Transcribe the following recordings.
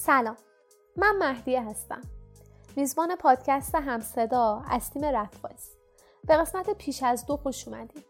سلام، من مهدیه هستم، میزبان پادکست همصدا از تیم رپ وایس. به قسمت پیش از 2 خوش اومدید.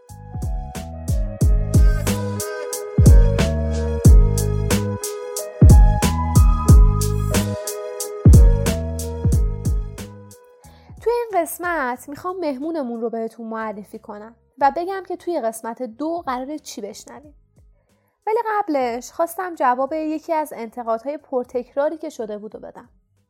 توی این قسمت میخوام مهمونمون رو بهتون معرفی کنم و بگم که توی قسمت 2 قراره چی بشنویم. ولی قبلش خواستم جواب یکی از انتقادهای پرتکراری که شده بود رو بدم.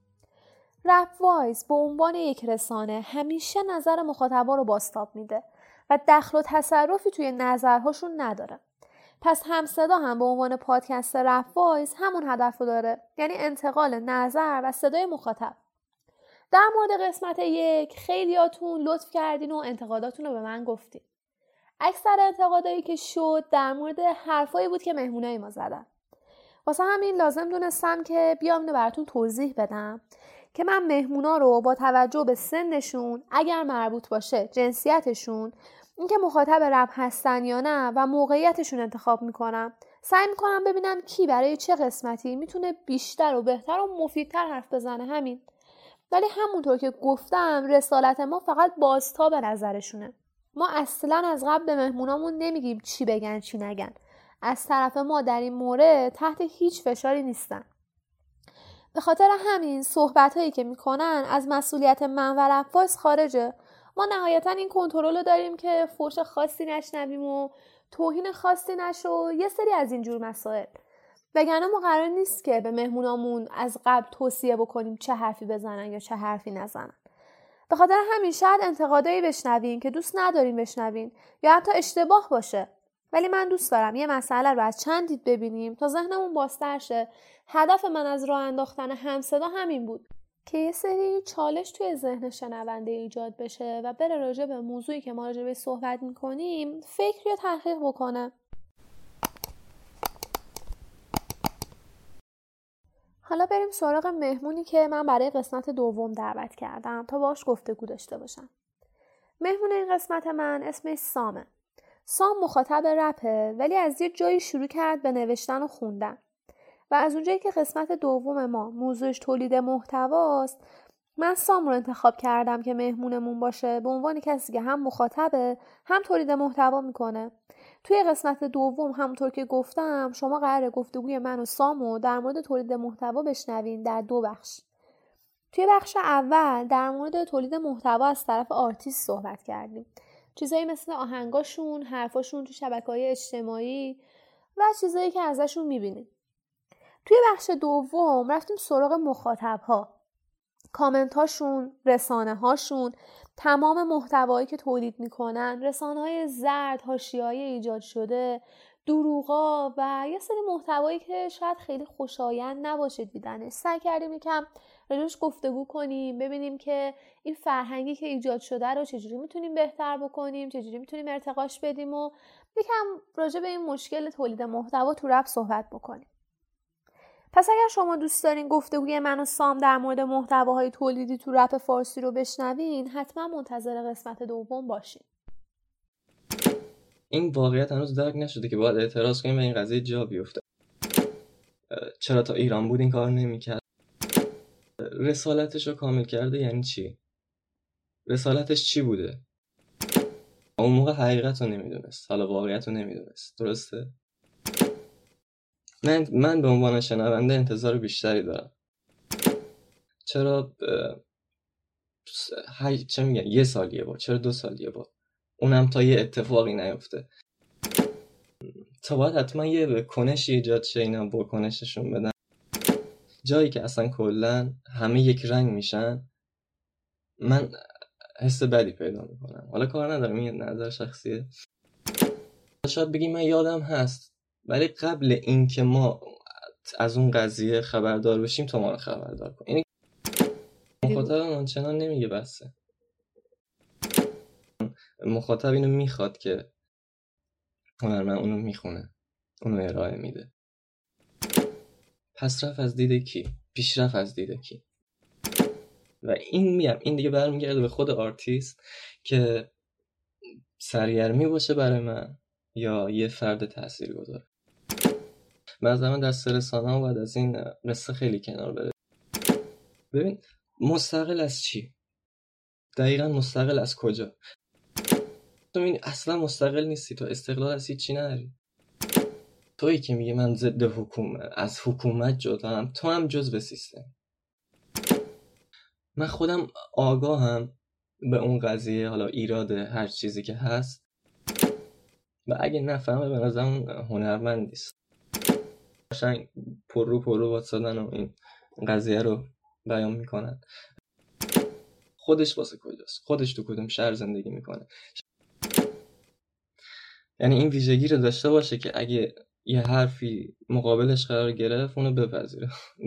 رپ وایس به عنوان یک رسانه همیشه نظر مخاطبا رو بازتاب میده و دخل و تصرفی توی نظرهاشون نداره. پس همصدا هم به عنوان پادکست رپ وایس همون هدف رو داره، یعنی انتقال نظر و صدای مخاطب. در مورد قسمت 1 خیلیاتون لطف کردین و انتقاداتون رو به من گفتین. اکثر انتقادایی که شد در مورد حرفایی بود که مهمونای ما زدن. واسه همین لازم دونستم که بیام اینو براتون توضیح بدم که من مهمونا رو با توجه به سنشون، اگر مربوط باشه جنسیتشون، اینکه مخاطب رپ هستن یا نه و موقعیتشون انتخاب میکنم. سعی میکنم ببینم کی برای چه قسمتی میتونه بیشتر و بهتر و مفیدتر حرف بزنه، همین. ولی همونطور که گفتم رسالت ما فقط بازتاب نظرشونه. ما اصلا از قبل به مهمونامون نمیگیم چی بگن چی نگن. از طرف ما در این مورد تحت هیچ فشاری نیستن. به خاطر همین صحبتایی که میکنن از مسئولیت من و رپ وایس خارجه. ما نهایتا این کنترل رو داریم که فحش خاصی نشنویم و توهین خاصی نشه، یه سری از اینجور مسائل. وگرنه ما قرار نیست که به مهمونامون از قبل توصیه بکنیم چه حرفی بزنن یا چه حرفی نزنن. به خاطر همین شاید انتقادایی بشنوین که دوست ندارین بشنوین یا حتی اشتباه باشه. ولی من دوست دارم یه مسئله رو از چند دید ببینیم تا ذهنمون بازتر شه. هدف من از راه انداختن همصدا همین بود که یه سری چالش توی ذهن شنونده ایجاد بشه و بره راجع به موضوعی که ما راجع بهش صحبت می‌کنیم فکر یا تحقیق بکنه. حالا بریم سراغ مهمونی که من برای قسمت 2 دعوت کردم تا باهاش گفتگو داشته باشم. مهمون این قسمت من اسمش سامه. سام مخاطب رپه ولی از یه جایی شروع کرد به نوشتن و خوندن. و از اونجایی که قسمت 2 ما موضوعش تولید محتواست، من سام رو انتخاب کردم که مهمونمون باشه به عنوان کسی که هم مخاطبه هم تولید محتوا میکنه. توی قسمت 2 همونطور که گفتم شما قراره گفتگوی من و سامو در مورد تولید محتوا بشنوین در 2 بخش. توی بخش اول در مورد تولید محتوا از طرف آرتیست صحبت کردیم. چیزایی مثل آهنگاشون، حرفاشون تو شبکه‌های اجتماعی و چیزایی که ازشون میبینیم. توی بخش 2 رفتیم سراغ مخاطب‌ها، کامنتاشون، رسانه هاشون، تمام محتوایی که تولید میکنن، رسانه‌های زرد، حاشیه‌ای ایجاد شده، دروغا و یه سری محتوایی که شاید خیلی خوشایند نباشه دیدنش. سعی کردیم یکم راجعش گفتگو کنیم، ببینیم که این فرهنگی که ایجاد شده رو چجوری میتونیم بهتر بکنیم، چجوری میتونیم ارتقاش بدیم و یکم راجع به این مشکل تولید محتوا تو رپ صحبت بکنیم. پس اگر شما دوست دارین گفتگوی من و سام در مورد محتواهای تولیدی تو رپ فارسی رو بشنوین، حتما منتظر قسمت 2 باشین. این واقعیت هنوز درک نشده که باید اعتراض کنیم و این قضیه جا بیفته. چرا تا ایران بود این کار نمی‌کرد؟ رسالتش رو کامل کرده یعنی چی؟ رسالتش چی بوده؟ اون موقع حقیقت رو نمیدونست، حالا واقعیت رو نمیدونست. درسته؟ من به عنوان شنونده انتظار بیشتری دارم. چرا چه میگن 1 سال یه بار، چرا 2 سال یه بار، اونم تا یه اتفاقی نیفته، تا باید حتما یه کنشی ایجاد شه اینا با کنششون بدن جایی که اصلا کلن همه یک رنگ میشن. من حس بدی پیدا میکنم. حالا کار ندارم، این نظر شخصیه. شاید بگی من یادم هست، ولی قبل این که ما از اون قضیه خبردار بشیم تو ما رو خبردار کن. یعنی مخاطب آنچنان نمیگه بسه. مخاطب اینو میخواد که هنرمند اونو میخونه، اونو ارائه میده. پس رفت از دید کی؟ پیشرفت از دید کی؟ و این دیگه برمیگرده به خود آرتیست که سرگرمی باشه برای من یا یه فرد تاثیرگذار. به نظر من دست رسانه‌ها باید از این قصه خیلی کنار بره. ببین مستقل از چی؟ دقیقاً مستقل از کجا؟ تو این اصلا مستقل نیستی، تو استقلال از هیچی نداری. تویی که میگه من ضد از حکومت جدام، تو هم جزء سیستم. من خودم آگاهم به اون قضیه، حالا ایراد هر چیزی که هست، و اگه نفهمه به نظرم هنرمند نیست. قشنگ پر رو واتسادن و این قضیه رو بیان میکنن. خودش واسه کجاست؟ خودش تو کدوم شهر زندگی میکنه؟ یعنی این ویژگی رو داشته باشه که اگه یه حرفی مقابلش قرار گرفت اونو بپذیره.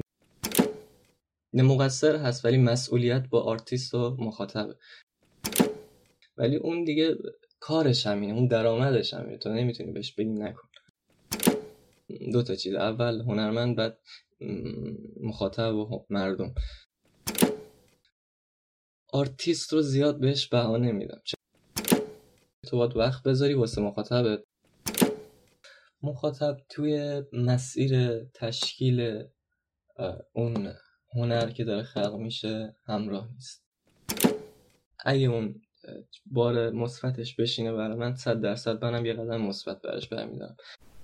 مقصر هست ولی مسئولیت با آرتیست و مخاطبه. ولی اون دیگه کارش همینه، اون درآمدش همینه، تو نمیتونی بهش بگی نکن. دو تا چیز، اول هنرمند، بعد مخاطب و مردم. آرتیست رو زیاد بهش بها نمیدم. تو باید وقت بذاری واسه مخاطبت. مخاطب توی مسیر تشکیل اون هنر که داره خلق میشه همراه نیست. اگه اون بار مثبتش بشینه برای من 100% منم یه قدم مثبت براش برمیدارم.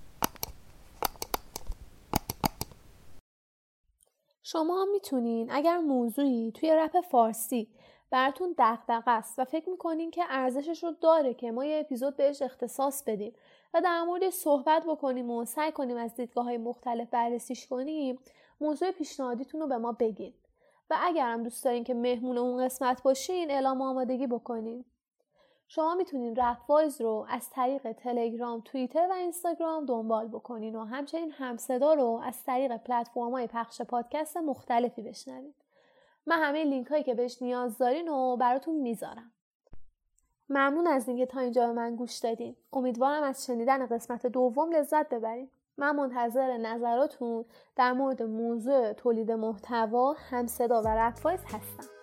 شما هم میتونین اگر موضوعی توی رپ فارسی براتون دغدغه است و فکر میکنین که ارزشش رو داره که ما یه اپیزود بهش اختصاص بدیم و در مورد صحبت بکنیم و سعی کنیم از دیدگاه‌های مختلف بررسیش کنیم، موضوع پیشنهادیتون رو به ما بگین. و اگر هم دوست دارین که مهمون اون قسمت باشین، اعلام آمادگی بکنین. شما میتونین رپ وایز رو از طریق تلگرام، توییتر و اینستاگرام دنبال بکنین و همچنین همصدا رو از طریق پلتفرم‌های پخش پادکست مختلفی بشنوید. من همه لینک هایی که بهش نیاز دارین رو براتون میذارم. ممنون از اینکه تا اینجا به من گوش دادین. امیدوارم از شنیدن قسمت دوم لذت ببرین. من منتظر نظراتون در مورد موضوع تولید محتوا، همصدا و رپ وایز هستم.